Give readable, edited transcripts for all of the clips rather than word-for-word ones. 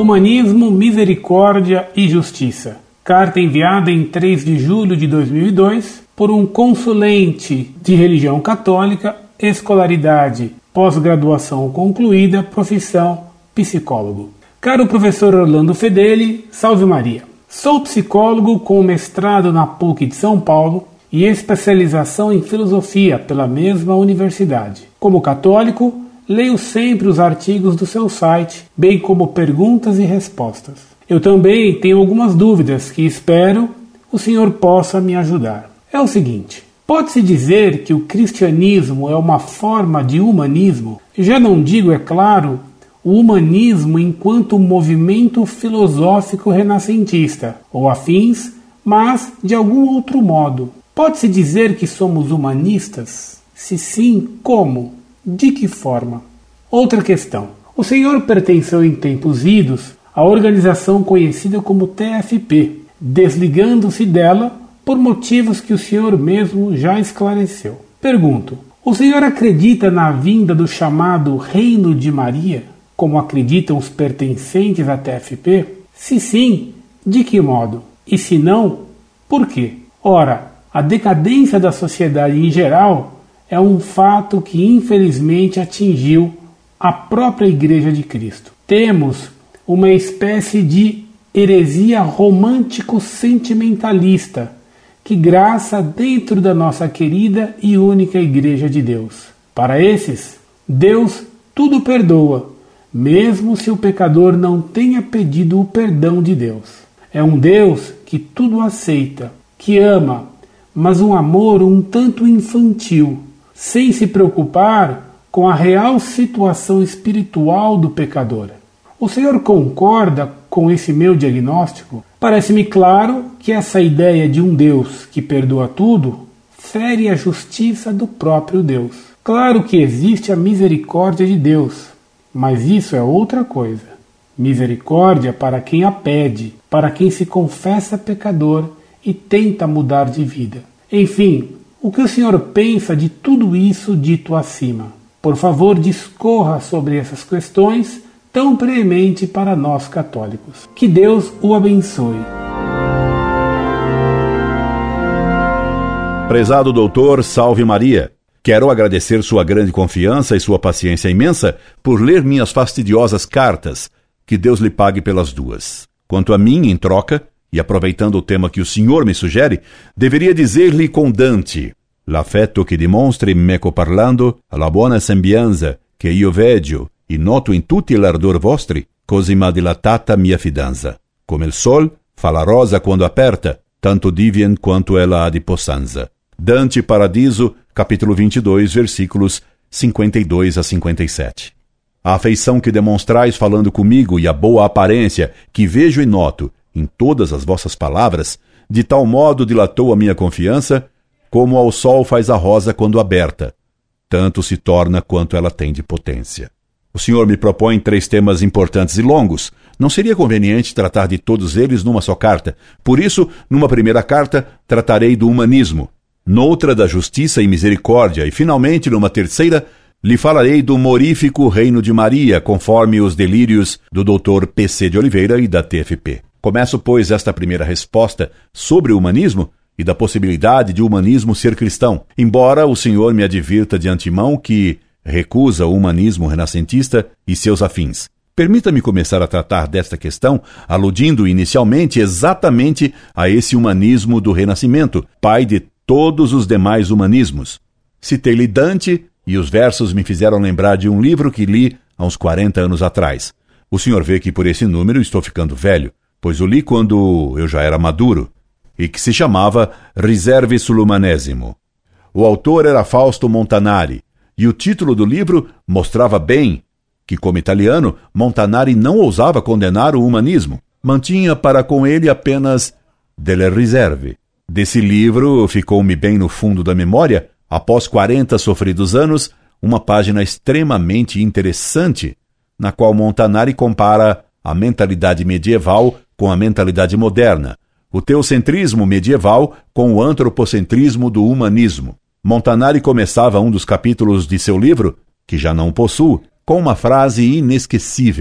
Humanismo, Misericórdia e Justiça. Carta enviada em 3 de julho de 2002 por um consulente de religião católica, escolaridade, pós-graduação concluída, profissão psicólogo. Caro professor Orlando Fedeli, salve Maria. Sou psicólogo com mestrado na PUC de São Paulo e especialização em filosofia pela mesma universidade. Como católico, leio sempre os artigos do seu site, bem como perguntas e respostas. Eu também tenho algumas dúvidas que espero o senhor possa me ajudar. É o seguinte, pode-se dizer que o cristianismo é uma forma de humanismo? Já não digo, é claro, o humanismo enquanto movimento filosófico renascentista, ou afins, mas de algum outro modo. Pode-se dizer que somos humanistas? Se sim, como? De que forma? Outra questão. O senhor pertenceu em tempos idos à organização conhecida como TFP, desligando-se dela por motivos que o senhor mesmo já esclareceu. Pergunto, o senhor acredita na vinda do chamado Reino de Maria, como acreditam os pertencentes à TFP? Se sim, de que modo? E se não, por quê? Ora, a decadência da sociedade em geral é um fato que infelizmente atingiu a própria Igreja de Cristo. Temos uma espécie de heresia romântico-sentimentalista que graça dentro da nossa querida e única Igreja de Deus. Para esses, Deus tudo perdoa, mesmo se o pecador não tenha pedido o perdão de Deus. É um Deus que tudo aceita, que ama, mas um amor um tanto infantil, sem se preocupar com a real situação espiritual do pecador. O senhor concorda com esse meu diagnóstico? Parece-me claro que essa ideia de um Deus que perdoa tudo fere a justiça do próprio Deus. Claro que existe a misericórdia de Deus, mas isso é outra coisa. Misericórdia para quem a pede, para quem se confessa pecador e tenta mudar de vida. Enfim, o que o senhor pensa de tudo isso dito acima? Por favor, discorra sobre essas questões tão premente para nós católicos. Que Deus o abençoe. Prezado doutor, salve Maria. Quero agradecer sua grande confiança e sua paciência imensa por ler minhas fastidiosas cartas. Que Deus lhe pague pelas duas. Quanto a mim, em troca, e aproveitando o tema que o senhor me sugere, deveria dizer-lhe com Dante: l'affetto che dimostri meco parlando, la buona sembianza che io veggio e noto in tutti l'ardor vostri, così m'ha dilatata mia fidanza. Come il sol fa la rosa quando aperta, tanto divien quanto ela ha di possanza. Dante Paradiso, capítulo 22, versículos 52 a 57. A afeição que demonstrais falando comigo e a boa aparência que vejo e noto em todas as vossas palavras, de tal modo dilatou a minha confiança, como ao sol faz a rosa quando aberta, tanto se torna quanto ela tem de potência. O senhor me propõe 3 temas importantes e longos. Não seria conveniente tratar de todos eles numa só carta. Por isso, numa primeira carta, tratarei do humanismo, noutra da justiça e misericórdia, e finalmente, numa terceira, lhe falarei do morífico Reino de Maria, conforme os delírios do Dr. P.C. de Oliveira e da TFP. Começo, pois, esta primeira resposta sobre o humanismo e da possibilidade de o humanismo ser cristão, embora o senhor me advirta de antemão que recusa o humanismo renascentista e seus afins. Permita-me começar a tratar desta questão aludindo inicialmente exatamente a esse humanismo do Renascimento, pai de todos os demais humanismos. Citei-lhe Dante e os versos me fizeram lembrar de um livro que li há uns 40 anos atrás. O senhor vê que por esse número estou ficando velho, pois o li quando eu já era maduro, e que se chamava Riserve sull'Umanesimo. O autor era Fausto Montanari, e o título do livro mostrava bem que, como italiano, Montanari não ousava condenar o humanismo, mantinha para com ele apenas delle riserve. Desse livro ficou-me bem no fundo da memória, após 40 sofridos anos, uma página extremamente interessante, na qual Montanari compara a mentalidade medieval com a mentalidade moderna, o teocentrismo medieval com o antropocentrismo do humanismo. Montanari começava um dos capítulos de seu livro, que já não possuo, com uma frase inesquecível: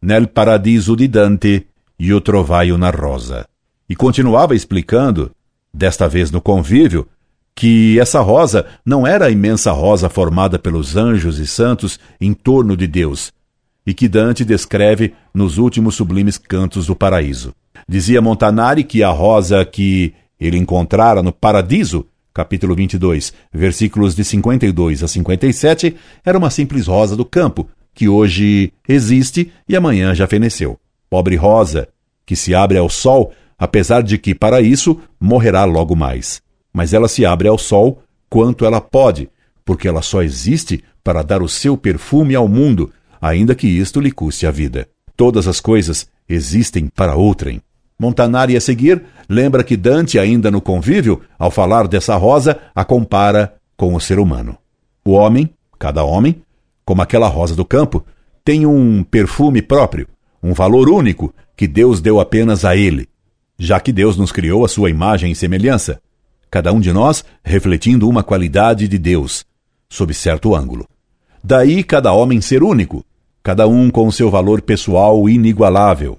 nel paradiso di Dante io trovai una rosa. E continuava explicando, desta vez no convívio, que essa rosa não era a imensa rosa formada pelos anjos e santos em torno de Deus, e que Dante descreve nos últimos sublimes cantos do paraíso. Dizia Montanari que a rosa que ele encontrara no Paradiso, capítulo 22, versículos de 52 a 57, era uma simples rosa do campo, que hoje existe e amanhã já feneceu. Pobre rosa, que se abre ao sol, apesar de que, para isso, morrerá logo mais. Mas ela se abre ao sol quanto ela pode, porque ela só existe para dar o seu perfume ao mundo, ainda que isto lhe custe a vida. Todas as coisas existem para outrem. Montanari, a seguir, lembra que Dante, ainda no convívio, ao falar dessa rosa, a compara com o ser humano. O homem, cada homem, como aquela rosa do campo, tem um perfume próprio, um valor único que Deus deu apenas a ele, já que Deus nos criou à sua imagem e semelhança, cada um de nós refletindo uma qualidade de Deus, sob certo ângulo. Daí cada homem ser único, cada um com o seu valor pessoal inigualável.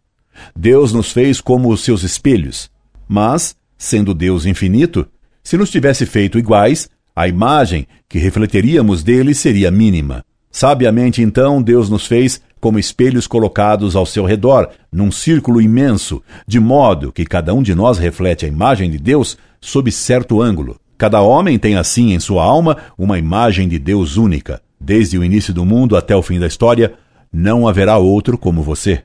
Deus nos fez como os seus espelhos, mas, sendo Deus infinito, se nos tivesse feito iguais, a imagem que refletiríamos dele seria mínima. Sabiamente, então, Deus nos fez como espelhos colocados ao seu redor, num círculo imenso, de modo que cada um de nós reflete a imagem de Deus sob certo ângulo. Cada homem tem assim em sua alma uma imagem de Deus única. Desde o início do mundo até o fim da história, não haverá outro como você.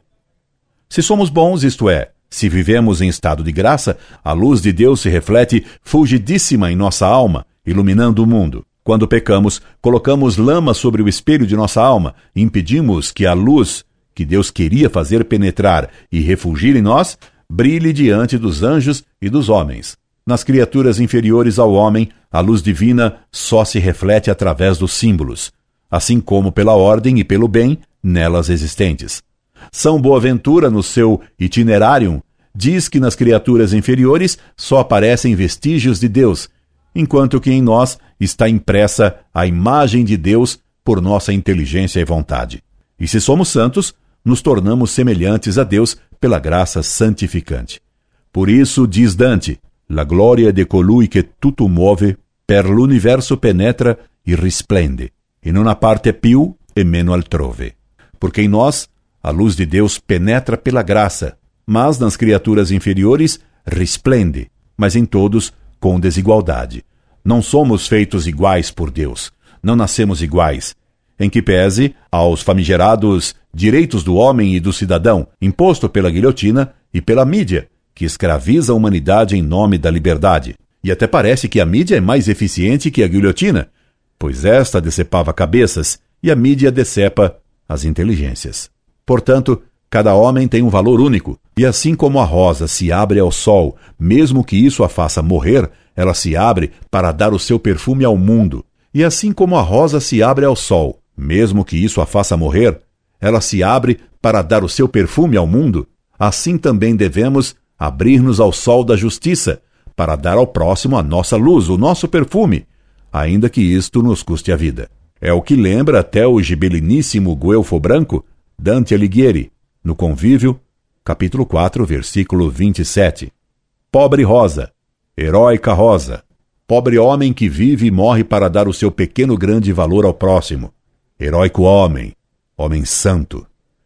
Se somos bons, isto é, se vivemos em estado de graça, a luz de Deus se reflete fulgidíssima em nossa alma, iluminando o mundo. Quando pecamos, colocamos lama sobre o espelho de nossa alma e impedimos que a luz que Deus queria fazer penetrar e refulgir em nós, brilhe diante dos anjos e dos homens. Nas criaturas inferiores ao homem, a luz divina só se reflete através dos símbolos, assim como pela ordem e pelo bem nelas existentes. São Boaventura, no seu Itinerarium, diz que nas criaturas inferiores só aparecem vestígios de Deus, enquanto que em nós está impressa a imagem de Deus por nossa inteligência e vontade. E se somos santos, nos tornamos semelhantes a Deus pela graça santificante. Por isso, diz Dante, la gloria de colui che tutto muove, per l'universo penetra e risplende, in una parte più e meno altrove. Porque em nós, a luz de Deus penetra pela graça, mas nas criaturas inferiores resplende, mas em todos com desigualdade. Não somos feitos iguais por Deus, não nascemos iguais, em que pese aos famigerados direitos do homem e do cidadão, imposto pela guilhotina e pela mídia, que escraviza a humanidade em nome da liberdade. E até parece que a mídia é mais eficiente que a guilhotina, pois esta decepava cabeças e a mídia decepa as inteligências. Portanto, cada homem tem um valor único, e assim como a rosa se abre ao sol, mesmo que isso a faça morrer, ela se abre para dar o seu perfume ao mundo. E assim como a rosa se abre ao sol, mesmo que isso a faça morrer, ela se abre para dar o seu perfume ao mundo, assim também devemos abrir-nos ao sol da justiça, para dar ao próximo a nossa luz, o nosso perfume, ainda que isto nos custe a vida. É o que lembra até o gibeliníssimo Guelfo Branco, Dante Alighieri, no Convívio, capítulo 4, versículo 27. Pobre rosa, heróica rosa, pobre homem que vive e morre para dar o seu pequeno grande valor ao próximo. Heróico homem, homem santo.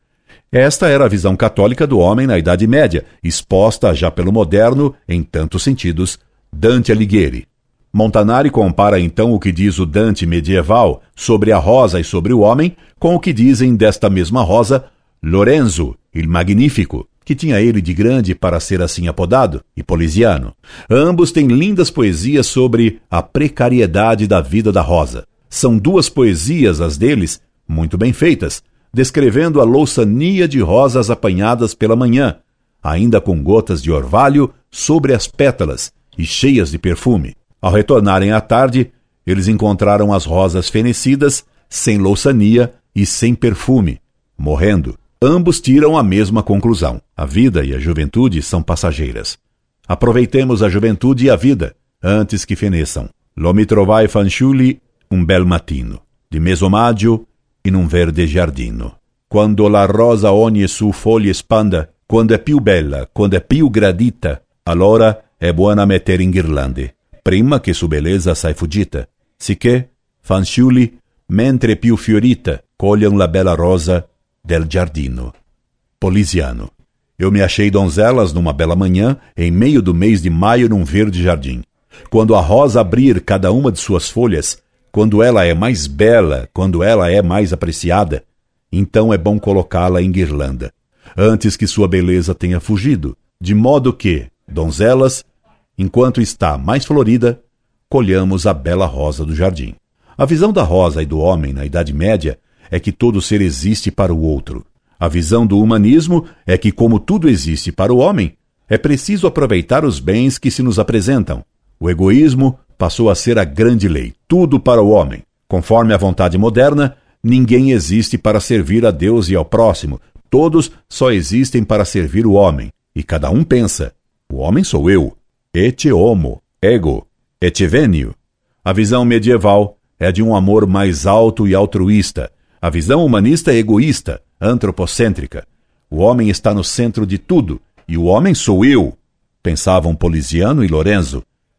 Esta era a visão católica do homem na Idade Média, exposta já pelo moderno, em tantos sentidos, Dante Alighieri. Montanari compara então o que diz o Dante medieval sobre a rosa e sobre o homem com o que dizem desta mesma rosa Lorenzo, il Magnífico, que tinha ele de grande para ser assim apodado, e Poliziano. Ambos têm lindas poesias sobre a precariedade da vida da rosa. São duas poesias, as deles, muito bem feitas, descrevendo a louçania de rosas apanhadas pela manhã, ainda com gotas de orvalho sobre as pétalas e cheias de perfume. Ao retornarem à tarde, eles encontraram as rosas fenecidas, sem louçania e sem perfume, morrendo. Ambos tiram a mesma conclusão. A vida e a juventude são passageiras. Aproveitemos a juventude e a vida, antes que feneçam. Lo mi trovai fanciulli un bel mattino, di meso maggio in un verde giardino. quando la rosa ogni su foglie spanda, quando è più bella, quando è più gradita, allora è buona mettere in ghirlande, prima che su bellezza sai fuggita. Sicché, fanciulli, mentre più fiorita, colham la bella rosa del giardino. Poliziano. Eu me achei donzelas numa bela manhã, em meio do mês de maio num verde jardim. Quando a rosa abrir cada uma de suas folhas, quando ela é mais bela, quando ela é mais apreciada, então é bom colocá-la em guirlanda, antes que sua beleza tenha fugido, de modo que, donzelas, enquanto está mais florida, colhamos a bela rosa do jardim. A visão da rosa e do homem na Idade Média é que todo ser existe para o outro. A visão do humanismo é que, como tudo existe para o homem, é preciso aproveitar os bens que se nos apresentam. O egoísmo passou a ser a grande lei, tudo para o homem. Conforme a vontade moderna, ninguém existe para servir a Deus e ao próximo. Todos só existem para servir o homem. E cada um pensa, o homem sou eu. Ete homo, ego, ete venio. A visão medieval é de um amor mais alto e altruísta. A visão humanista é egoísta, antropocêntrica. O homem está no centro de tudo, e o homem sou eu, pensavam Poliziano e Lorenzo,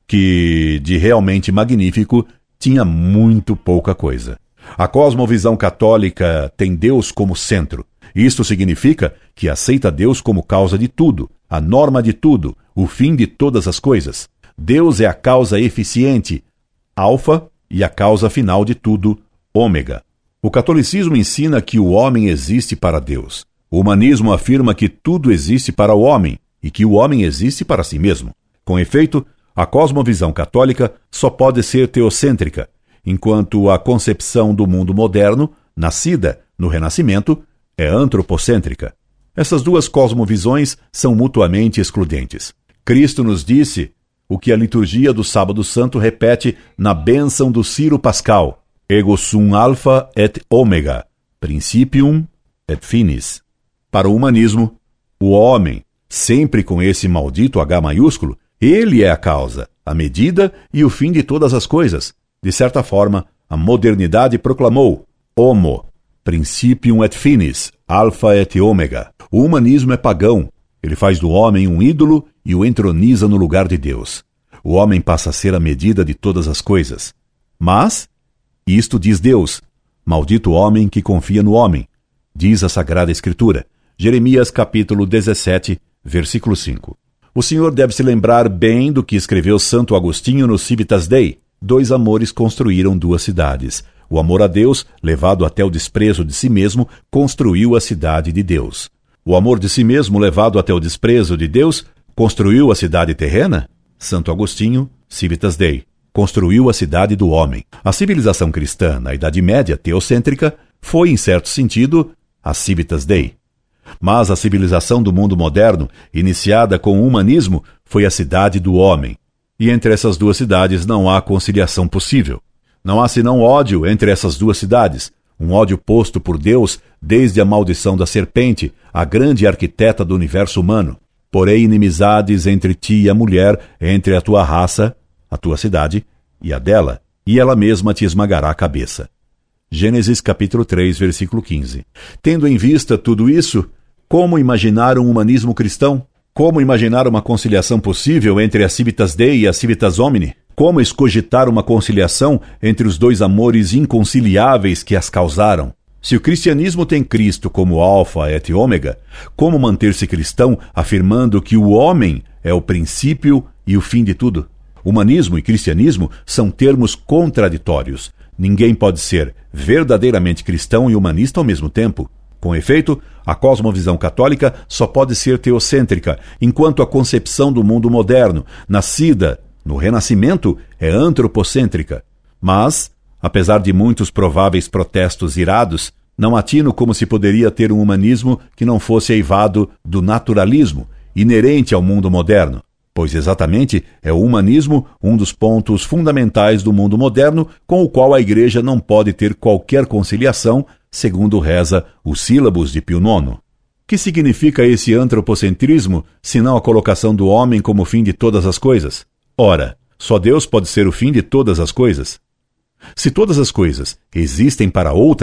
que, de realmente magnífico, tinha muito pouca coisa. A cosmovisão católica tem Deus como centro. Isto significa que aceita Deus como causa de tudo, a norma de tudo, o fim de todas as coisas. Deus é a causa eficiente, alfa, e a causa final de tudo, ômega. O catolicismo ensina que o homem existe para Deus. O humanismo afirma que tudo existe para o homem e que o homem existe para si mesmo. Com efeito, a cosmovisão católica só pode ser teocêntrica, enquanto a concepção do mundo moderno, nascida no Renascimento, é antropocêntrica. Essas duas cosmovisões são mutuamente excludentes. Cristo nos disse o que a liturgia do Sábado Santo repete na bênção do Ciro Pascal: Ego sum alpha et omega, principium et finis. Para o humanismo, o homem, sempre com esse maldito H maiúsculo, ele é a causa, a medida e o fim de todas as coisas. De certa forma, a modernidade proclamou homo, principium et finis, alpha et omega. O humanismo é pagão. Ele faz do homem um ídolo e o entroniza no lugar de Deus. O homem passa a ser a medida de todas as coisas. Mas isto diz Deus: maldito homem que confia no homem, diz a Sagrada Escritura. Jeremias capítulo 17, versículo 5. O senhor deve se lembrar bem do que escreveu Santo Agostinho no Civitas Dei. Dois amores construíram duas cidades. O amor a Deus, levado até o desprezo de si mesmo, construiu a cidade de Deus. O amor de si mesmo, levado até o desprezo de Deus, construiu a cidade terrena? Santo Agostinho, Civitas Dei. Construiu a cidade do homem. A civilização cristã, na Idade Média teocêntrica, foi, em certo sentido, a Civitas Dei. Mas a civilização do mundo moderno, iniciada com o humanismo, foi a cidade do homem. E entre essas duas cidades não há conciliação possível. Não há senão ódio entre essas duas cidades, um ódio posto por Deus desde a maldição da serpente, a grande arquiteta do universo humano. Porém, inimizades entre ti e a mulher, entre a tua raça, a tua cidade, e a dela, e ela mesma te esmagará a cabeça. Gênesis capítulo 3, versículo 15. Tendo em vista tudo isso, como imaginar um humanismo cristão? Como imaginar uma conciliação possível entre a Civitas Dei e a Civitas Homini? Como escogitar uma conciliação entre os dois amores inconciliáveis que as causaram? Se o cristianismo tem Cristo como alfa et ômega, como manter-se cristão afirmando que o homem é o princípio e o fim de tudo? Humanismo e cristianismo são termos contraditórios. Ninguém pode ser verdadeiramente cristão e humanista ao mesmo tempo. Com efeito, a cosmovisão católica só pode ser teocêntrica, enquanto a concepção do mundo moderno, nascida no Renascimento, é antropocêntrica. Mas, apesar de muitos prováveis protestos irados, não atino como se poderia ter um humanismo que não fosse eivado do naturalismo, inerente ao mundo moderno, pois exatamente é o humanismo um dos pontos fundamentais do mundo moderno com o qual a Igreja não pode ter qualquer conciliação, segundo reza o Sílabus de Pio IX. Que significa esse antropocentrismo, senão a colocação do homem como fim de todas as coisas? Ora, só Deus pode ser o fim de todas as coisas. Se todas as coisas existem para outrem,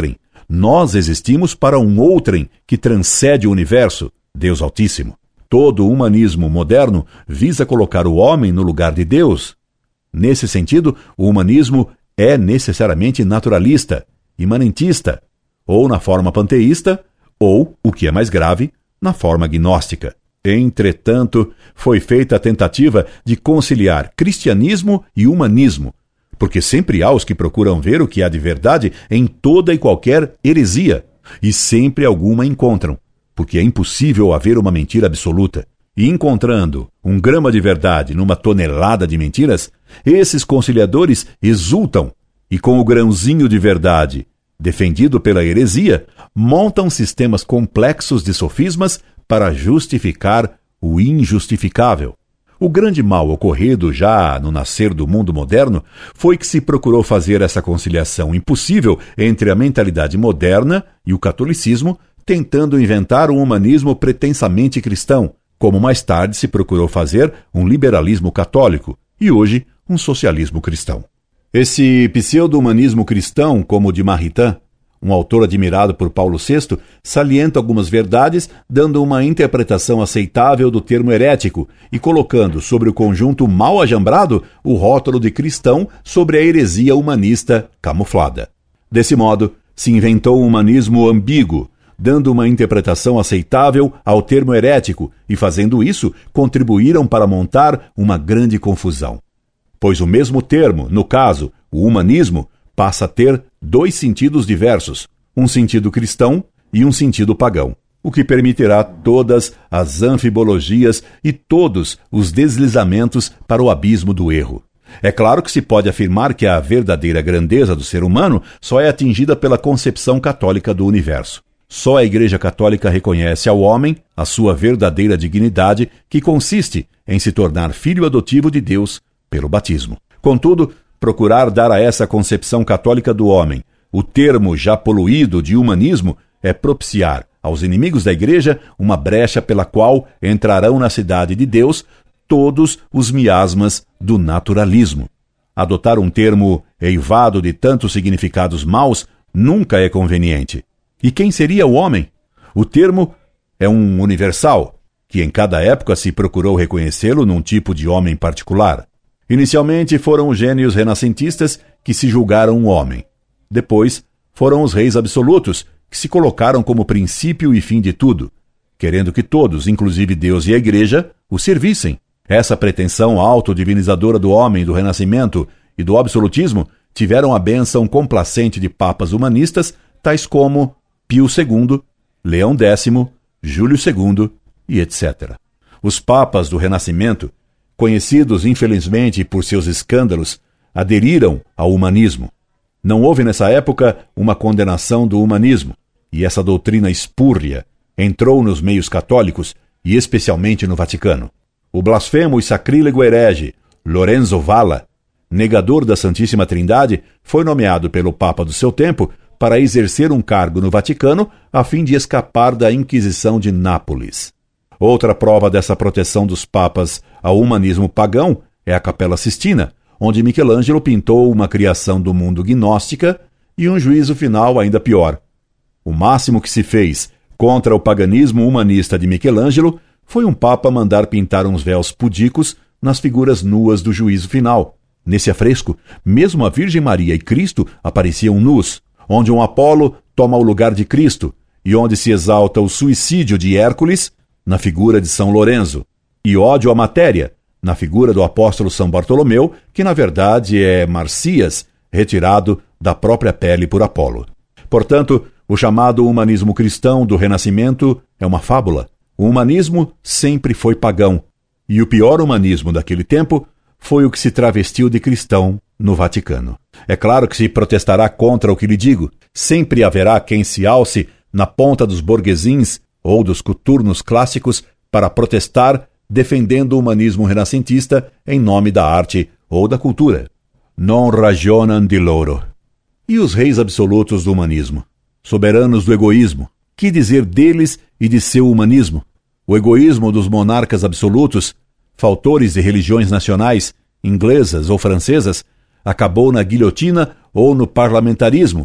nós existimos para um outrem que transcende o universo, Deus Altíssimo. Todo o humanismo moderno visa colocar o homem no lugar de Deus. Nesse sentido, o humanismo é necessariamente naturalista, imanentista, ou na forma panteísta, ou, o que é mais grave, na forma gnóstica. Entretanto, foi feita a tentativa de conciliar cristianismo e humanismo, porque sempre há os que procuram ver o que há de verdade em toda e qualquer heresia, e sempre alguma encontram, porque é impossível haver uma mentira absoluta. E encontrando 1 grama de verdade numa tonelada de mentiras, esses conciliadores exultam e com o grãozinho de verdade defendido pela heresia, montam sistemas complexos de sofismas para justificar o injustificável. O grande mal ocorrido já no nascer do mundo moderno foi que se procurou fazer essa conciliação impossível entre a mentalidade moderna e o catolicismo, tentando inventar um humanismo pretensamente cristão, como mais tarde se procurou fazer um liberalismo católico e hoje um socialismo cristão. Esse pseudo-humanismo cristão, como o de Maritain, um autor admirado por Paulo VI, salienta algumas verdades, dando uma interpretação aceitável do termo herético e colocando sobre o conjunto mal ajambrado o rótulo de cristão sobre a heresia humanista camuflada. Desse modo, se inventou um humanismo ambíguo, dando uma interpretação aceitável ao termo herético e, fazendo isso, contribuíram para montar uma grande confusão. Pois o mesmo termo, no caso, o humanismo, passa a ter 2 sentidos diversos, um sentido cristão e um sentido pagão, o que permitirá todas as anfibologias e todos os deslizamentos para o abismo do erro. É claro que se pode afirmar que a verdadeira grandeza do ser humano só é atingida pela concepção católica do universo. Só a Igreja Católica reconhece ao homem a sua verdadeira dignidade, que consiste em se tornar filho adotivo de Deus pelo batismo. Contudo, procurar dar a essa concepção católica do homem o termo já poluído de humanismo é propiciar aos inimigos da Igreja uma brecha pela qual entrarão na cidade de Deus todos os miasmas do naturalismo. Adotar um termo eivado de tantos significados maus nunca é conveniente. E quem seria o homem? O termo é um universal, que em cada época se procurou reconhecê-lo num tipo de homem particular. Inicialmente foram os gênios renascentistas que se julgaram um homem. Depois foram os reis absolutos que se colocaram como princípio e fim de tudo, querendo que todos, inclusive Deus e a Igreja, o servissem. Essa pretensão autodivinizadora do homem do Renascimento e do absolutismo tiveram a bênção complacente de papas humanistas, tais como Pio II, Leão X, Júlio II e etc. Os papas do Renascimento, conhecidos infelizmente por seus escândalos, aderiram ao humanismo. Não houve nessa época uma condenação do humanismo, e essa doutrina espúrria entrou nos meios católicos e especialmente no Vaticano. O blasfemo e sacrílego herege Lorenzo Valla, negador da Santíssima Trindade, foi nomeado pelo Papa do seu tempo para exercer um cargo no Vaticano a fim de escapar da Inquisição de Nápoles. Outra prova dessa proteção dos papas ao humanismo pagão é a Capela Sistina, onde Michelangelo pintou uma criação do mundo gnóstica e um juízo final ainda pior. O máximo que se fez contra o paganismo humanista de Michelangelo foi um papa mandar pintar uns véus pudicos nas figuras nuas do juízo final. Nesse afresco, mesmo a Virgem Maria e Cristo apareciam nus, onde um Apolo toma o lugar de Cristo e onde se exalta o suicídio de Hércules na figura de São Lourenço, e ódio à matéria, na figura do apóstolo São Bartolomeu, que na verdade é Marcias, retirado da própria pele por Apolo. Portanto, o chamado humanismo cristão do Renascimento é uma fábula. O humanismo sempre foi pagão, e o pior humanismo daquele tempo foi o que se travestiu de cristão no Vaticano. É claro que se protestará contra o que lhe digo. Sempre haverá quem se alce na ponta dos burguesins ou dos coturnos clássicos para protestar defendendo o humanismo renascentista em nome da arte ou da cultura. Non ragionam di loro. E os reis absolutos do humanismo? Soberanos do egoísmo? Que dizer deles e de seu humanismo? O egoísmo dos monarcas absolutos, fautores de religiões nacionais, inglesas ou francesas, acabou na guilhotina ou no parlamentarismo,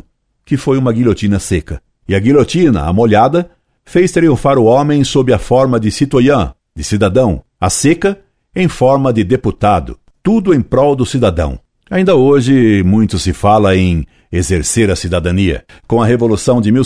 que foi uma guilhotina seca. E a guilhotina, a molhada, fez triunfar o homem sob a forma de citoyen, de cidadão, a seca em forma de deputado, tudo em prol do cidadão. Ainda hoje, muito se fala em exercer a cidadania. Com a Revolução de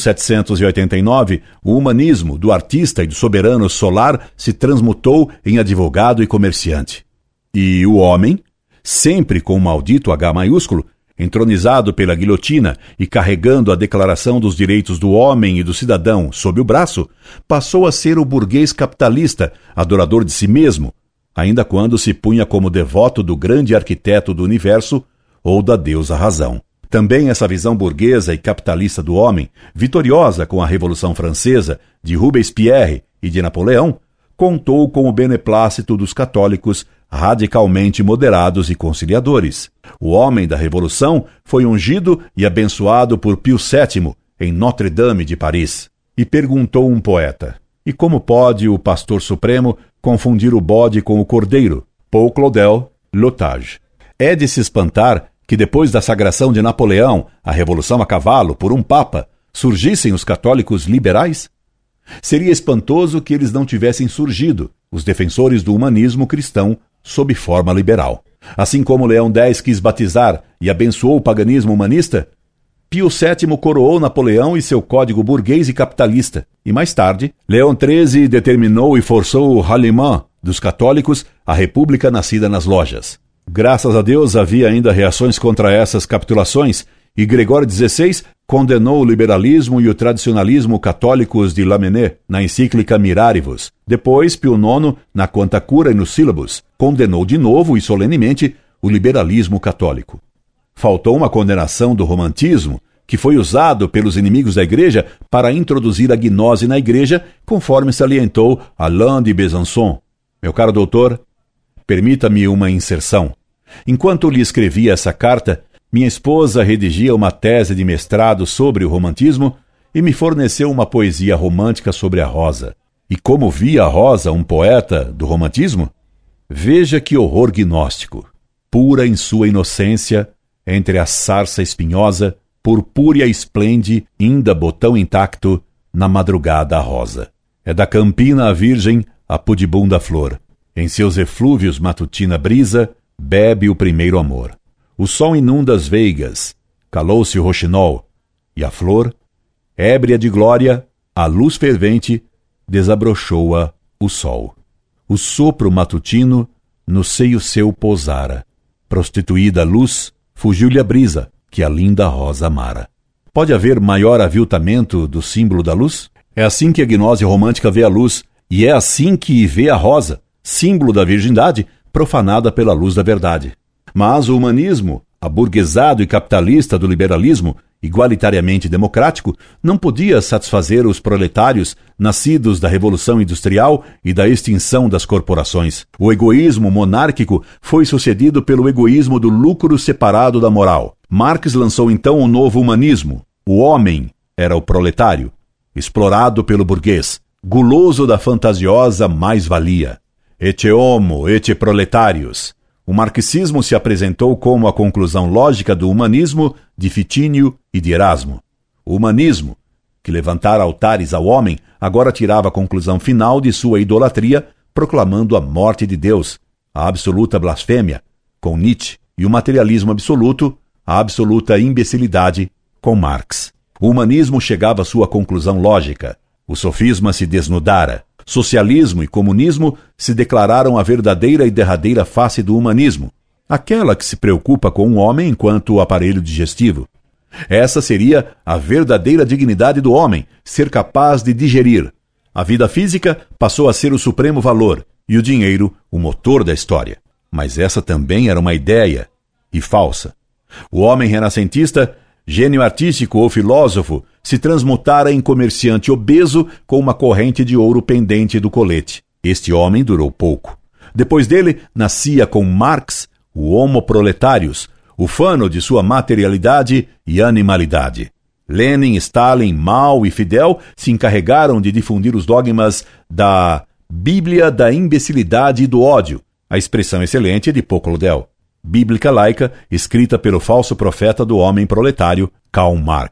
1789, o humanismo do artista e do soberano solar se transmutou em advogado e comerciante. E o homem, sempre com o maldito H maiúsculo, entronizado pela guilhotina e carregando a Declaração dos Direitos do Homem e do Cidadão sob o braço, passou a ser o burguês capitalista, adorador de si mesmo, ainda quando se punha como devoto do grande arquiteto do universo ou da deusa razão. Também essa visão burguesa e capitalista do homem, vitoriosa com a Revolução Francesa, de Robespierre e de Napoleão, contou com o beneplácito dos católicos radicalmente moderados e conciliadores. O homem da Revolução foi ungido e abençoado por Pio VII em Notre-Dame de Paris. E perguntou um poeta: e como pode o pastor supremo confundir o bode com o cordeiro? Paul Claudel, L'Otage. É de se espantar que depois da sagração de Napoleão, a Revolução a cavalo, por um papa, surgissem os católicos liberais? Seria espantoso que eles não tivessem surgido, os defensores do humanismo cristão, sob forma liberal. Assim como Leão X quis batizar e abençoou o paganismo humanista, Pio VII coroou Napoleão e seu código burguês e capitalista. E mais tarde, Leão XIII determinou e forçou o ralliement dos católicos à república nascida nas lojas. Graças a Deus havia ainda reações contra essas capitulações, e Gregório XVI condenou o liberalismo e o tradicionalismo católicos de Lamennais na encíclica Miraribus. Depois, Pio IX, na Quanta Cura e no Syllabus, condenou de novo e solenemente o liberalismo católico. Faltou uma condenação do romantismo, que foi usado pelos inimigos da Igreja para introduzir a gnose na Igreja, conforme salientou Alain de Besançon. Meu caro doutor, permita-me uma inserção. Enquanto lhe escrevia essa carta, minha esposa redigia uma tese de mestrado sobre o romantismo e me forneceu uma poesia romântica sobre a rosa. E como via a rosa um poeta do romantismo? Veja que horror gnóstico, pura em sua inocência, entre a sarça espinhosa, purpúrea esplende, inda botão intacto, na madrugada a rosa. É da campina a virgem, a pudibunda flor. Em seus eflúvios matutina brisa, bebe o primeiro amor. O sol inunda as veigas, calou-se o roxinol, e a flor, ébria de glória, a luz fervente, desabrochou-a o sol. O sopro matutino no seio seu pousara. Prostituída luz, fugiu-lhe a brisa, que a linda rosa amara. Pode haver maior aviltamento do símbolo da luz? É assim que a gnose romântica vê a luz, e é assim que vê a rosa, símbolo da virgindade, profanada pela luz da verdade. Mas o humanismo, aburguesado e capitalista do liberalismo, igualitariamente democrático, não podia satisfazer os proletários nascidos da Revolução Industrial e da extinção das corporações. O egoísmo monárquico foi sucedido pelo egoísmo do lucro separado da moral. Marx lançou então o novo humanismo. O homem era o proletário, explorado pelo burguês, guloso da fantasiosa mais-valia. Ecce homo, ecce proletários. O marxismo se apresentou como a conclusão lógica do humanismo de Ficínio e de Erasmo. O humanismo, que levantara altares ao homem, agora tirava a conclusão final de sua idolatria, proclamando a morte de Deus, a absoluta blasfêmia, com Nietzsche, e o materialismo absoluto, a absoluta imbecilidade, com Marx. O humanismo chegava à sua conclusão lógica. O sofisma se desnudara. Socialismo e comunismo se declararam a verdadeira e derradeira face do humanismo, aquela que se preocupa com o homem enquanto aparelho digestivo. Essa seria a verdadeira dignidade do homem, ser capaz de digerir. A vida física passou a ser o supremo valor e o dinheiro o motor da história. Mas essa também era uma ideia, e falsa. O homem renascentista, gênio artístico ou filósofo, se transmutara em comerciante obeso com uma corrente de ouro pendente do colete. Este homem durou pouco. Depois dele, nascia com Marx o Homo Proletarius, ufano de sua materialidade e animalidade. Lenin, Stalin, Mao e Fidel se encarregaram de difundir os dogmas da Bíblia da imbecilidade e do ódio, a expressão excelente de Paul Claudel. Bíblica laica, escrita pelo falso profeta do homem proletário, Karl Marx.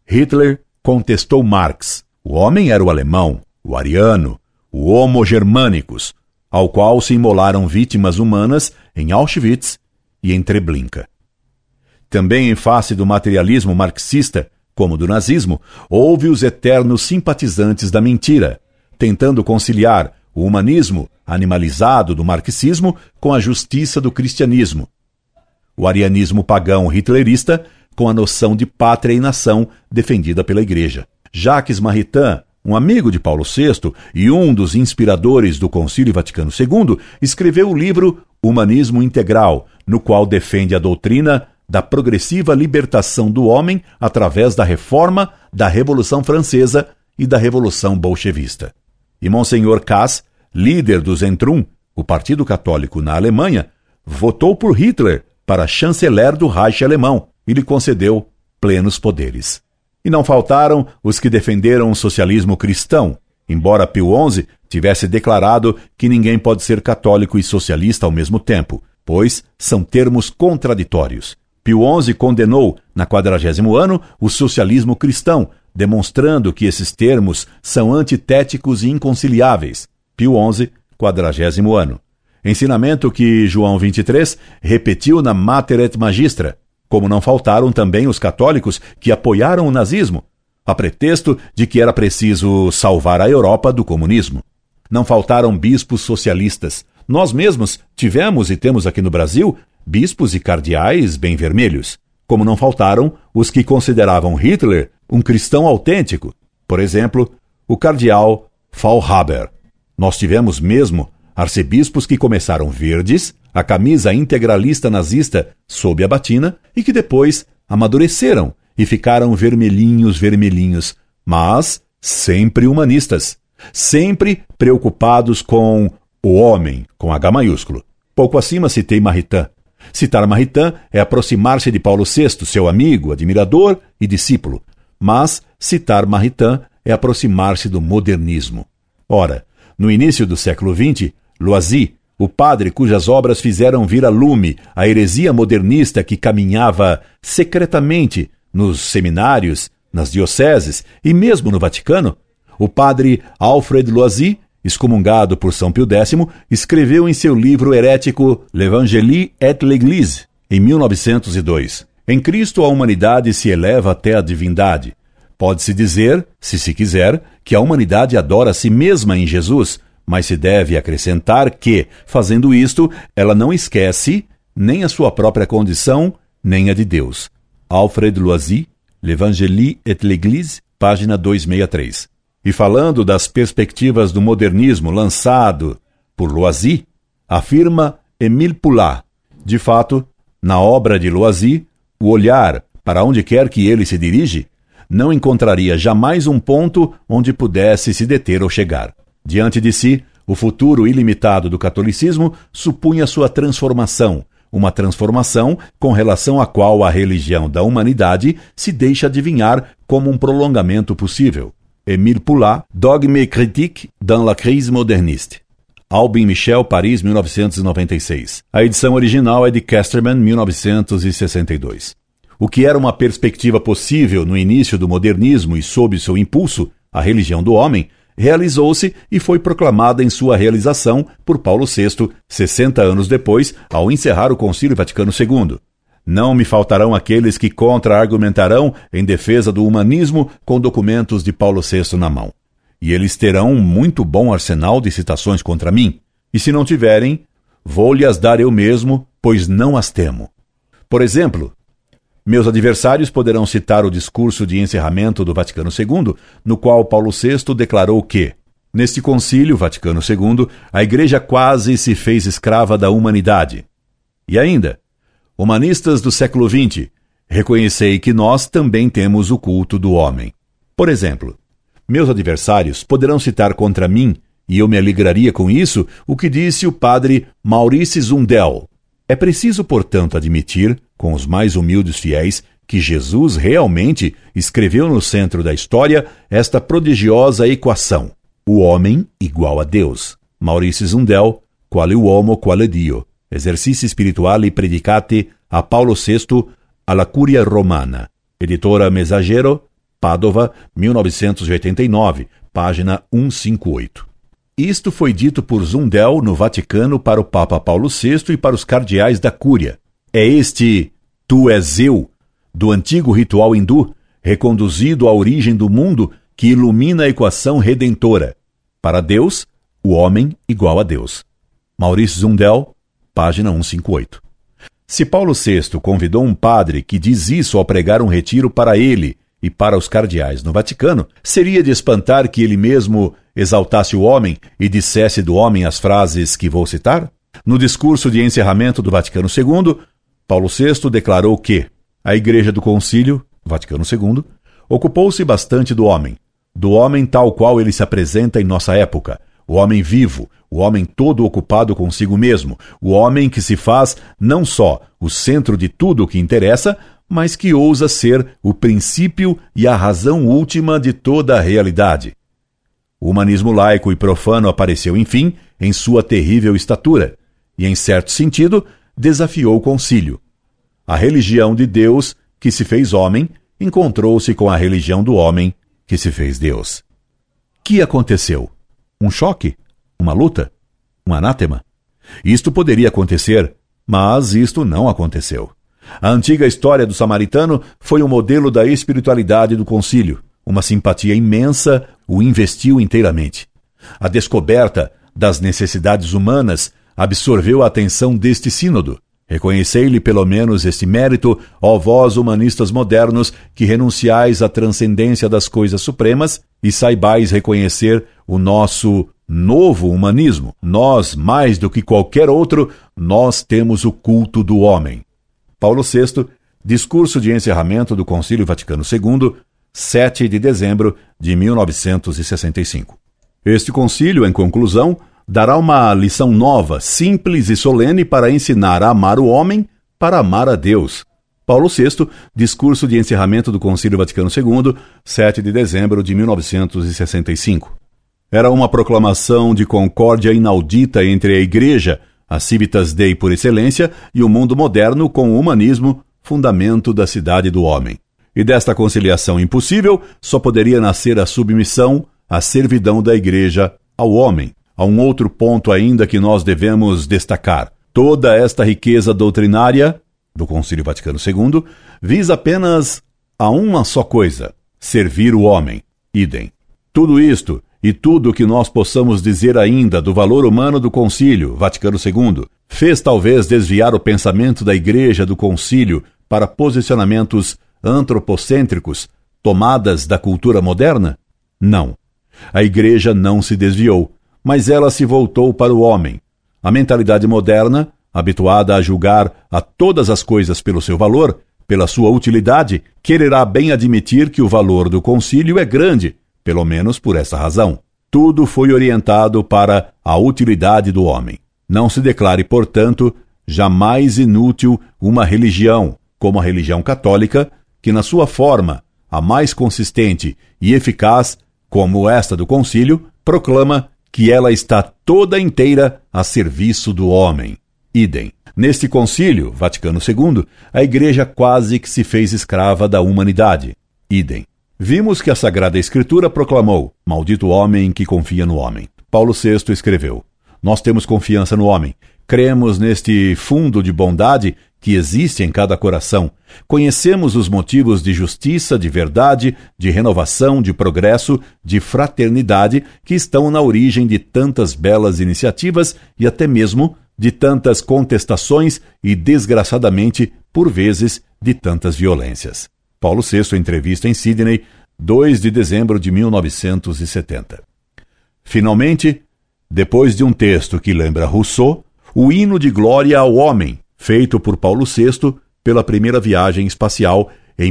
Hitler contestou Marx. O homem era o alemão, o ariano, o Homo germanicus, ao qual se imolaram vítimas humanas em Auschwitz e em Treblinka. Também em face do materialismo marxista, como do nazismo, houve os eternos simpatizantes da mentira, tentando conciliar o humanismo animalizado do marxismo com a justiça do cristianismo. O arianismo pagão hitlerista com a noção de pátria e nação defendida pela Igreja. Jacques Maritain, um amigo de Paulo VI e um dos inspiradores do Concílio Vaticano II, escreveu o livro Humanismo Integral, no qual defende a doutrina da progressiva libertação do homem através da reforma, da Revolução Francesa e da Revolução Bolchevista. E Monsenhor Kass, líder do Zentrum, o Partido Católico na Alemanha, votou por Hitler para chanceler do Reich alemão e lhe concedeu plenos poderes. E não faltaram os que defenderam o socialismo cristão, embora Pio XI tivesse declarado que ninguém pode ser católico e socialista ao mesmo tempo, pois são termos contraditórios. Pio XI condenou, na 40º ano, o socialismo cristão, demonstrando que esses termos são antitéticos e inconciliáveis. Pio XI, 40º ano. Ensinamento que João XXIII repetiu na Mater et Magistra, como não faltaram também os católicos que apoiaram o nazismo, a pretexto de que era preciso salvar a Europa do comunismo. Não faltaram bispos socialistas. Nós mesmos tivemos e temos aqui no Brasil bispos e cardeais bem vermelhos, como não faltaram os que consideravam Hitler um cristão autêntico. Por exemplo, o cardeal Faulhaber. Nós tivemos mesmo arcebispos que começaram verdes, a camisa integralista nazista sob a batina, e que depois amadureceram e ficaram vermelhinhos, mas sempre humanistas, sempre preocupados com o homem, com H maiúsculo. Pouco acima citei Maritain. Citar Maritain é aproximar-se de Paulo VI, seu amigo, admirador e discípulo, mas citar Maritain é aproximar-se do modernismo. Ora, no início do século XX, Loisy, o padre cujas obras fizeram vir a lume a heresia modernista que caminhava secretamente nos seminários, nas dioceses e mesmo no Vaticano, o padre Alfred Loisy, excomungado por São Pio X, escreveu em seu livro herético L'Evangélie et l'Église, em 1902. Em Cristo a humanidade se eleva até a divindade. Pode-se dizer, se se quiser, que a humanidade adora a si mesma em Jesus, mas se deve acrescentar que, fazendo isto, ela não esquece nem a sua própria condição, nem a de Deus. Alfred Loisy, L'Evangélie et l'Église, página 263. E falando das perspectivas do modernismo lançado por Loisy, afirma Émile Poulat, de fato, na obra de Loisy, o olhar, para onde quer que ele se dirige, não encontraria jamais um ponto onde pudesse se deter ou chegar. Diante de si, o futuro ilimitado do catolicismo supunha sua transformação, uma transformação com relação à qual a religião da humanidade se deixa adivinhar como um prolongamento possível. Émile Poulat, Dogme et critique dans la crise moderniste. Albin Michel, Paris, 1996. A edição original é de Casterman, 1962. O que era uma perspectiva possível no início do modernismo e sob seu impulso, a religião do homem, realizou-se e foi proclamada em sua realização por Paulo VI, 60 anos depois, ao encerrar o Concílio Vaticano II. Não me faltarão aqueles que contra-argumentarão em defesa do humanismo com documentos de Paulo VI na mão. E eles terão um muito bom arsenal de citações contra mim. E se não tiverem, vou-lhes dar eu mesmo, pois não as temo. Por exemplo, meus adversários poderão citar o discurso de encerramento do Vaticano II, no qual Paulo VI declarou que, neste concílio Vaticano II, a Igreja quase se fez escrava da humanidade. E ainda, humanistas do século XX, reconhecei que nós também temos o culto do homem. Por exemplo, meus adversários poderão citar contra mim, e eu me alegraria com isso, o que disse o padre Maurice Zundel. É preciso, portanto, admitir, com os mais humildes fiéis, que Jesus realmente escreveu no centro da história esta prodigiosa equação: o homem igual a Deus. Maurice Zundel, Quale uomo, quale Dio. Esercizi spirituali predicati a Paulo VI alla Curia Romana. Editora Messaggero, Pádua, 1989, página 158. Isto foi dito por Zundel no Vaticano para o Papa Paulo VI e para os cardeais da Cúria. É este tu és eu, do antigo ritual hindu, reconduzido à origem do mundo, que ilumina a equação redentora. Para Deus, o homem igual a Deus. Maurice Zundel, página 158. Se Paulo VI convidou um padre que diz isso ao pregar um retiro para ele e para os cardeais no Vaticano, seria de espantar que ele mesmo exaltasse o homem e dissesse do homem as frases que vou citar? No discurso de encerramento do Vaticano II, Paulo VI declarou que a Igreja do Concílio, Vaticano II, ocupou-se bastante do homem tal qual ele se apresenta em nossa época, o homem vivo, o homem todo ocupado consigo mesmo, o homem que se faz não só o centro de tudo o que interessa, mas que ousa ser o princípio e a razão última de toda a realidade. O humanismo laico e profano apareceu, enfim, em sua terrível estatura, e, em certo sentido, desafiou o concílio. A religião de Deus, que se fez homem, encontrou-se com a religião do homem, que se fez Deus. Que aconteceu? Um choque? Uma luta? Um anátema? Isto poderia acontecer, mas isto não aconteceu. A antiga história do samaritano foi o modelo da espiritualidade do concílio. Uma simpatia imensa o investiu inteiramente. A descoberta das necessidades humanas absorveu a atenção deste sínodo. Reconhecei-lhe pelo menos este mérito, ó vós humanistas modernos, que renunciais à transcendência das coisas supremas e saibais reconhecer o nosso novo humanismo. Nós, mais do que qualquer outro, nós temos o culto do homem. Paulo VI, discurso de encerramento do Concílio Vaticano II, 7 de dezembro de 1965. Este concílio, em conclusão, dará uma lição nova, simples e solene para ensinar a amar o homem para amar a Deus. Paulo VI, discurso de encerramento do Concílio Vaticano II, 7 de dezembro de 1965. Era uma proclamação de concórdia inaudita entre a Igreja, a Civitas Dei por excelência, e o mundo moderno com o humanismo, fundamento da cidade do homem. E desta conciliação impossível só poderia nascer a submissão, a servidão da Igreja ao homem. Há um outro ponto ainda que nós devemos destacar. Toda esta riqueza doutrinária do Concílio Vaticano II visa apenas a uma só coisa: servir o homem. Idem. Tudo isto e tudo o que nós possamos dizer ainda do valor humano do Concílio Vaticano II fez talvez desviar o pensamento da Igreja do Concílio para posicionamentos antropocêntricos, tomadas da cultura moderna? Não. A Igreja não se desviou, mas ela se voltou para o homem. A mentalidade moderna, habituada a julgar a todas as coisas pelo seu valor, pela sua utilidade, quererá bem admitir que o valor do concílio é grande, pelo menos por essa razão. Tudo foi orientado para a utilidade do homem. Não se declare, portanto, jamais inútil uma religião, como a religião católica, que na sua forma, a mais consistente e eficaz, como esta do concílio, proclama que ela está toda inteira a serviço do homem. Idem. Neste concílio, Vaticano II, a Igreja quase que se fez escrava da humanidade. Idem. Vimos que a Sagrada Escritura proclamou: maldito o homem que confia no homem. Paulo VI escreveu: nós temos confiança no homem. Cremos neste fundo de bondade que existe em cada coração. Conhecemos os motivos de justiça, de verdade, de renovação, de progresso, de fraternidade que estão na origem de tantas belas iniciativas e até mesmo de tantas contestações e, desgraçadamente, por vezes, de tantas violências. Paulo VI, entrevista em Sydney, 2 de dezembro de 1970. Finalmente, depois de um texto que lembra Rousseau, o hino de glória ao homem, feito por Paulo VI pela primeira viagem espacial em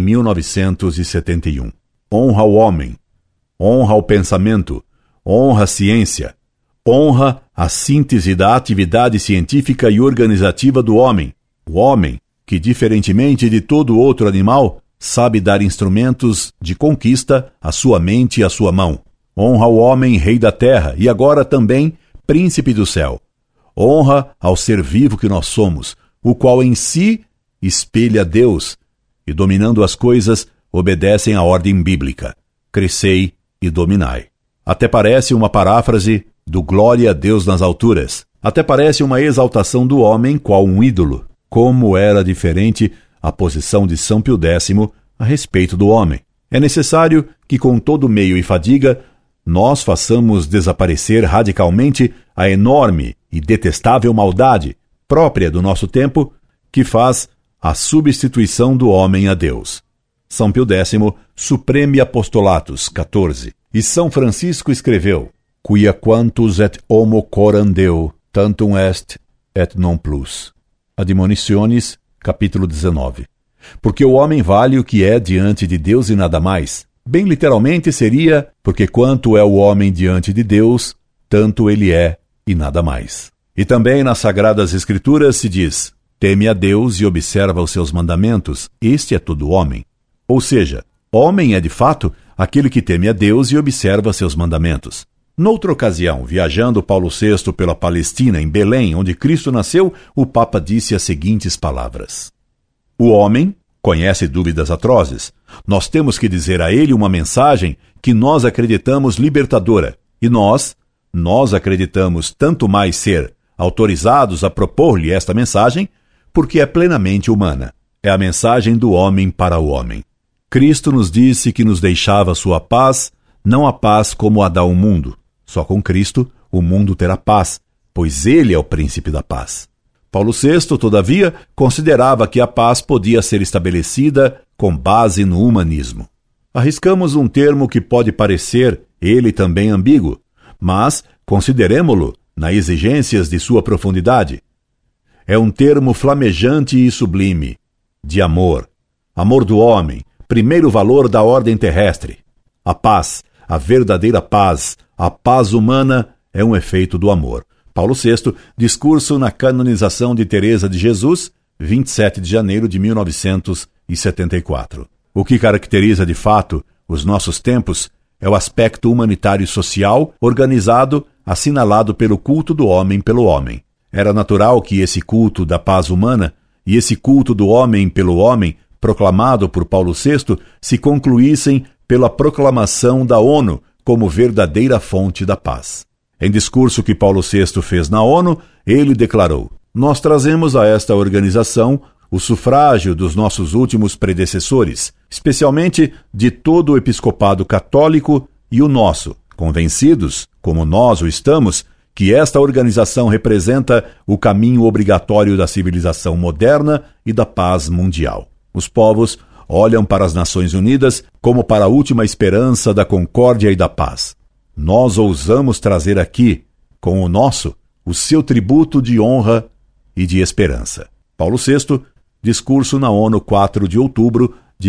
1971. Honra ao homem, honra ao pensamento, honra a ciência, honra a síntese da atividade científica e organizativa do homem. O homem, que, diferentemente de todo outro animal, sabe dar instrumentos de conquista à sua mente e à sua mão. Honra ao homem, rei da terra, e agora também príncipe do céu. Honra ao ser vivo que nós somos, o qual em si espelha Deus, e dominando as coisas, obedecem à ordem bíblica: crescei e dominai. Até parece uma paráfrase do glória a Deus nas alturas. Até parece uma exaltação do homem qual um ídolo. Como era diferente a posição de São Pio X a respeito do homem. É necessário que, com todo meio e fadiga, nós façamos desaparecer radicalmente a enorme e detestável maldade própria do nosso tempo, que faz a substituição do homem a Deus. São Pio X, Supremi Apostolatus, 14. E São Francisco escreveu: Quia quantus et homo coram Deo, tantum est et non plus. Admonitiones, capítulo 19. Porque o homem vale o que é diante de Deus e nada mais. Bem literalmente seria: porque quanto é o homem diante de Deus, tanto ele é e nada mais. E também nas Sagradas Escrituras se diz: teme a Deus e observa os seus mandamentos, este é todo homem. Ou seja, homem é de fato aquele que teme a Deus e observa seus mandamentos. Noutra ocasião, viajando Paulo VI pela Palestina, em Belém, onde Cristo nasceu, o Papa disse as seguintes palavras: o homem conhece dúvidas atrozes. Nós temos que dizer a ele uma mensagem que nós acreditamos libertadora. E nós acreditamos tanto mais ser autorizados a propor-lhe esta mensagem, porque é plenamente humana. É a mensagem do homem para o homem. Cristo nos disse que nos deixava sua paz, não a paz como a dá o mundo. Só com Cristo o mundo terá paz, pois ele é o príncipe da paz. Paulo VI, todavia, considerava que a paz podia ser estabelecida com base no humanismo. Arriscamos um termo que pode parecer, ele também ambíguo, mas consideremo-lo nas exigências de sua profundidade. É um termo flamejante e sublime, de amor. Amor do homem, primeiro valor da ordem terrestre. A paz, a verdadeira paz, a paz humana é um efeito do amor. Paulo VI, discurso na canonização de Teresa de Jesus, 27 de janeiro de 1974. O que caracteriza de fato os nossos tempos é o aspecto humanitário e social organizado, assinalado pelo culto do homem pelo homem. Era natural que esse culto da paz humana e esse culto do homem pelo homem, proclamado por Paulo VI, se concluíssem pela proclamação da ONU como verdadeira fonte da paz. Em discurso que Paulo VI fez na ONU, ele declarou: nós trazemos a esta organização o sufrágio dos nossos últimos predecessores, especialmente de todo o episcopado católico e o nosso, convencidos, como nós o estamos, que esta organização representa o caminho obrigatório da civilização moderna e da paz mundial. Os povos olham para as Nações Unidas como para a última esperança da concórdia e da paz. Nós ousamos trazer aqui, com o nosso, o seu tributo de honra e de esperança. Paulo VI, discurso na ONU, 4 de outubro de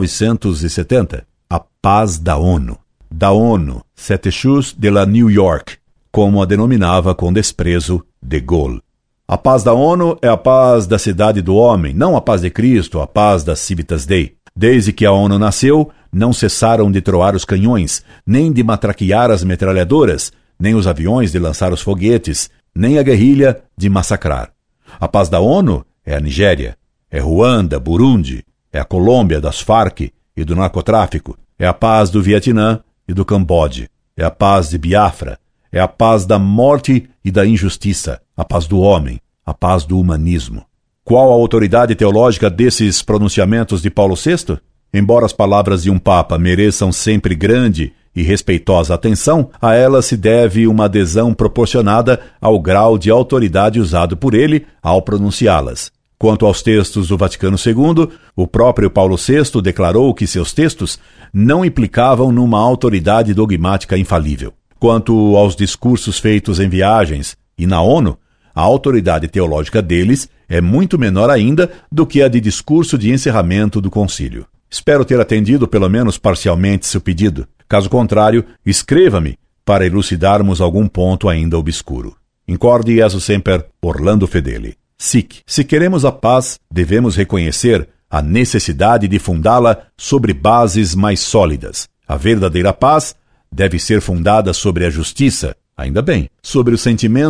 1970. A paz da ONU. Da ONU, Cette chose de la New York, como a denominava com desprezo de Gaulle. A paz da ONU é a paz da cidade do homem, não a paz de Cristo, a paz da Civitas Dei. Desde que a ONU nasceu, não cessaram de troar os canhões, nem de matraquear as metralhadoras, nem os aviões de lançar os foguetes, nem a guerrilha de massacrar. A paz da ONU é a Nigéria, é Ruanda, Burundi, é a Colômbia das Farc e do narcotráfico, é a paz do Vietnã e do Camboja, é a paz de Biafra, é a paz da morte e da injustiça, a paz do homem, a paz do humanismo. Qual a autoridade teológica desses pronunciamentos de Paulo VI? Embora as palavras de um Papa mereçam sempre grande e respeitosa atenção, a elas se deve uma adesão proporcionada ao grau de autoridade usado por ele ao pronunciá-las. Quanto aos textos do Vaticano II, o próprio Paulo VI declarou que seus textos não implicavam numa autoridade dogmática infalível. Quanto aos discursos feitos em viagens e na ONU, a autoridade teológica deles é muito menor ainda do que a de discurso de encerramento do concílio. Espero ter atendido pelo menos parcialmente seu pedido. Caso contrário, escreva-me para elucidarmos algum ponto ainda obscuro. Incorde Jesus Semper, Orlando Fedeli. SIC. Se queremos a paz, devemos reconhecer a necessidade de fundá-la sobre bases mais sólidas. A verdadeira paz deve ser fundada sobre a justiça, ainda bem, sobre o sentimento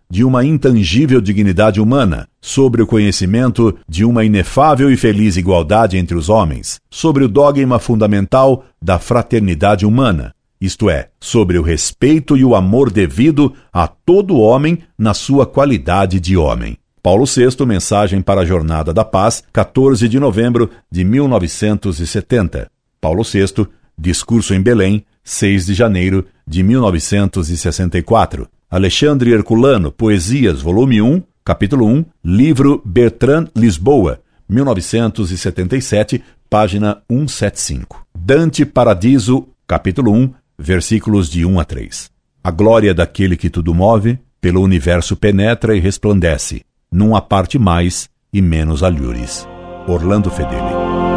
de uma intangível dignidade humana, sobre o conhecimento de uma inefável e feliz igualdade entre os homens, sobre o dogma fundamental da fraternidade humana, isto é, sobre o respeito e o amor devido a todo homem na sua qualidade de homem. Paulo VI, Mensagem para a Jornada da Paz, 14 de novembro de 1970. Paulo VI, Discurso em Belém, 6 de janeiro de 1964. Alexandre Herculano, Poesias, volume 1, capítulo 1, livro Bertrand Lisboa, 1977, página 175. Dante Paradiso, capítulo 1, versículos de 1 a 3. A glória daquele que tudo move, pelo universo penetra e resplandece, num há parte mais e menos alhures. Orlando Fedeli.